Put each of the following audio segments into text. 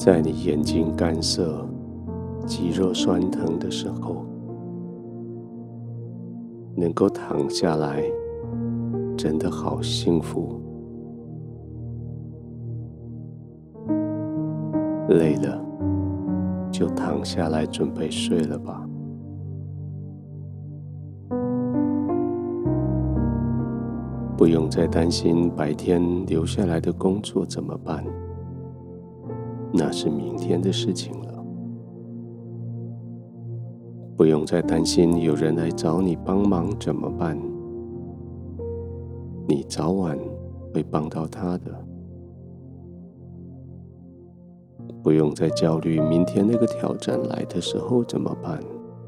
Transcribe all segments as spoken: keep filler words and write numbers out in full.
在你眼睛干涩、肌肉酸疼的时候，能够躺下来，真的好幸福。累了，就躺下来准备睡了吧。不用再担心白天留下来的工作怎么办，那是明天的事情了。不用再担心有人来找你帮忙怎么办，你早晚会帮到他的。不用再焦虑明天那个挑战来的时候怎么办，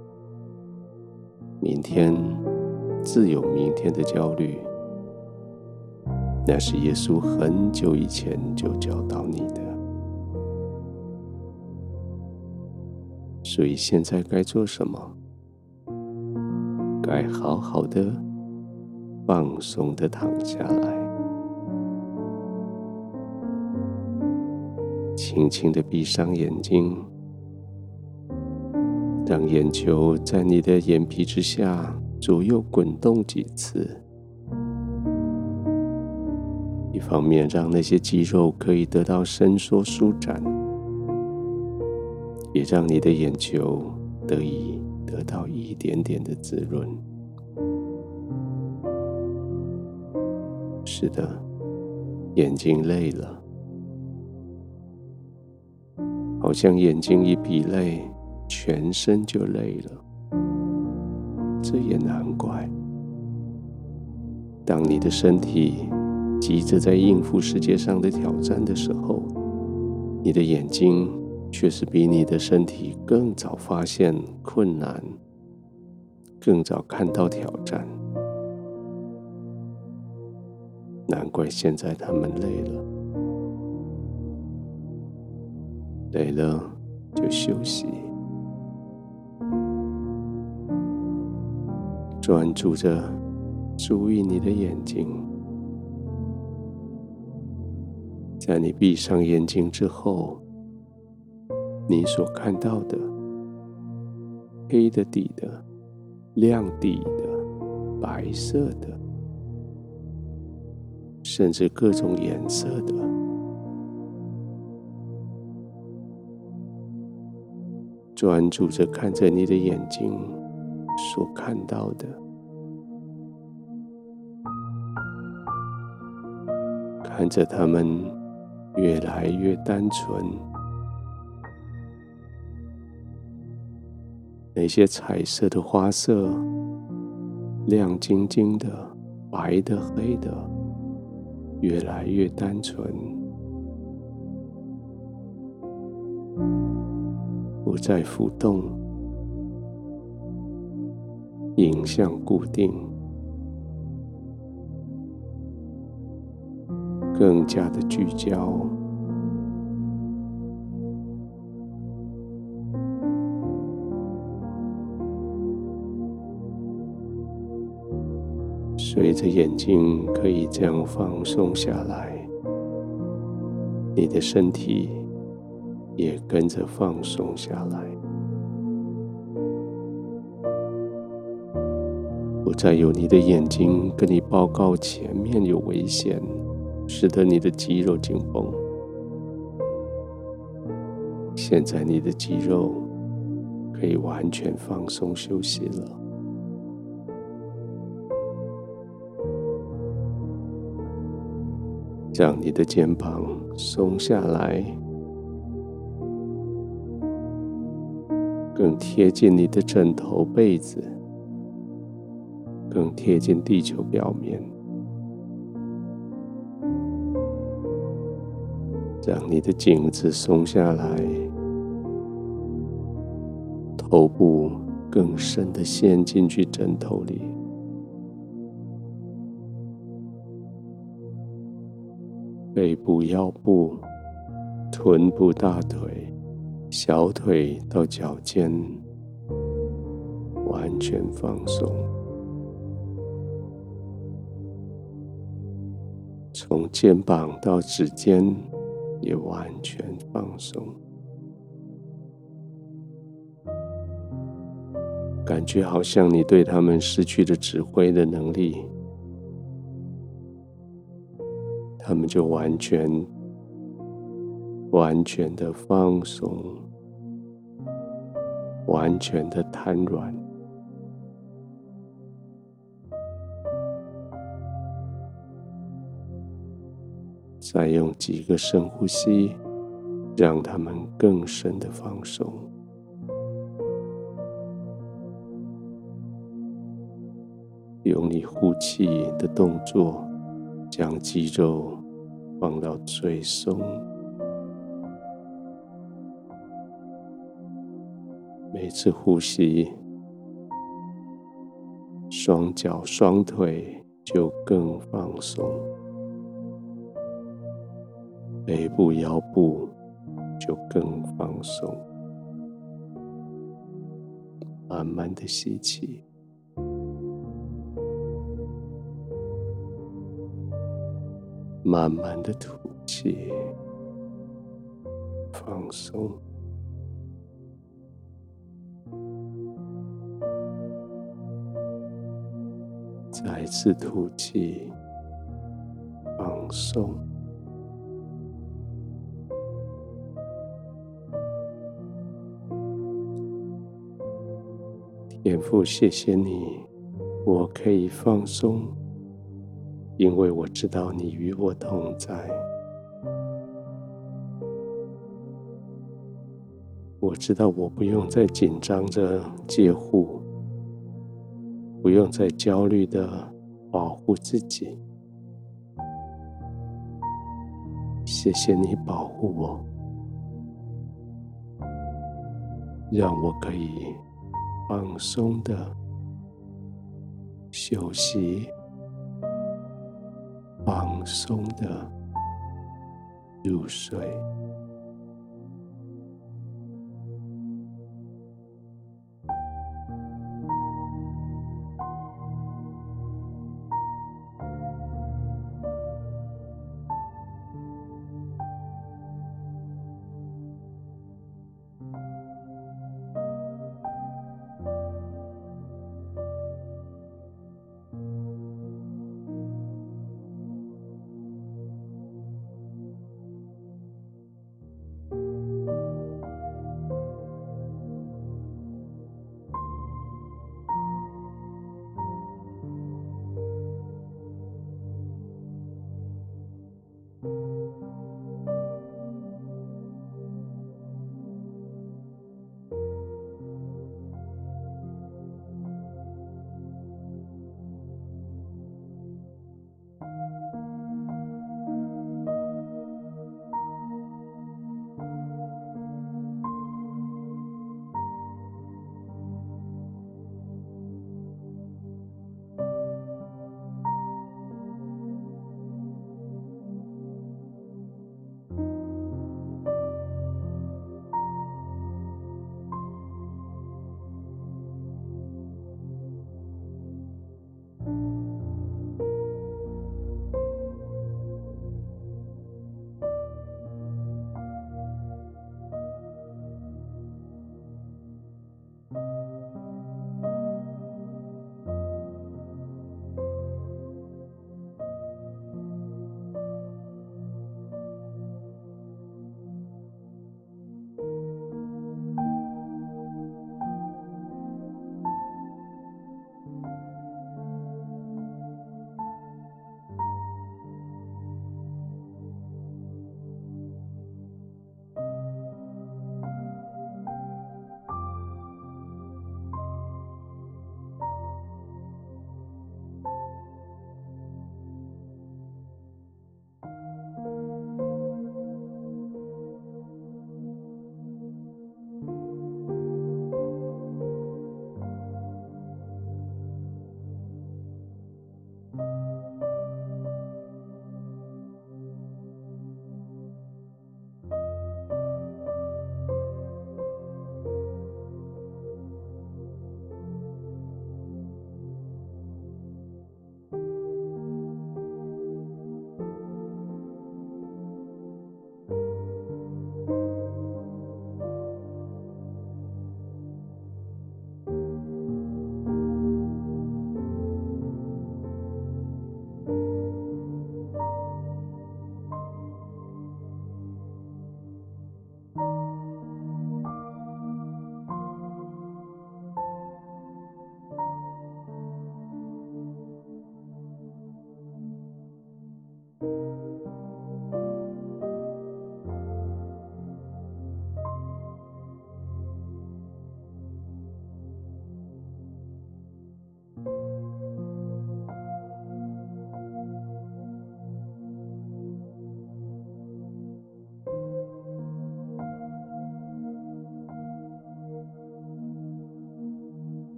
明天自有明天的焦虑，那是耶稣很久以前就教导你的。所以现在该做什么？该好好的放松的躺下来，轻轻的闭上眼睛，让眼球在你的眼皮之下左右滚动几次，一方面让那些肌肉可以得到伸缩舒展，也让你的眼球得以得到一点点的滋润。是的，眼睛累了，好像眼睛一疲累，全身就累了。这也难怪，当你的身体急着在应付世界上的挑战的时候，你的眼睛却是比你的身体更早发现困难，更早看到挑战。难怪现在他们累了，累了就休息，专注着注意你的眼睛。在你闭上眼睛之后，你所看到的黑的底的、亮底的、白色的，甚至各种颜色的，专注着看着你的眼睛所看到的，看着它们越来越单纯，那些彩色的花色，亮晶晶的、白的、黑的，越来越单纯，不再浮动，影像固定，更加的聚焦。随着眼睛可以这样放松下来，你的身体也跟着放松下来，不再有你的眼睛跟你报告前面有危险，使得你的肌肉紧绷。现在你的肌肉可以完全放松休息了。让你的肩膀松下来，更贴近你的枕头被子，更贴近地球表面。让你的颈子松下来，头部更深地陷进去枕头里。背部、腰部、臀部、大腿、小腿到脚尖，完全放松。从肩膀到指尖， 也完全放松，感觉好像你对他们失去了指挥的能力，他们就完全完全的放松，完全的瘫软。再用几个深呼吸，让他们更深的放松。用你呼气的动作，将肌肉放到最松。每次呼吸，双脚双腿就更放松，背部腰部就更放松。慢慢的吸气，慢慢的吐气，放松。再次吐气，放松。天父，谢谢你，我可以放松，因为我知道你与我同在。我知道我不用再紧张着戒护，不用再焦虑的保护自己。谢谢你保护我，让我可以放松的休息，放松的入睡。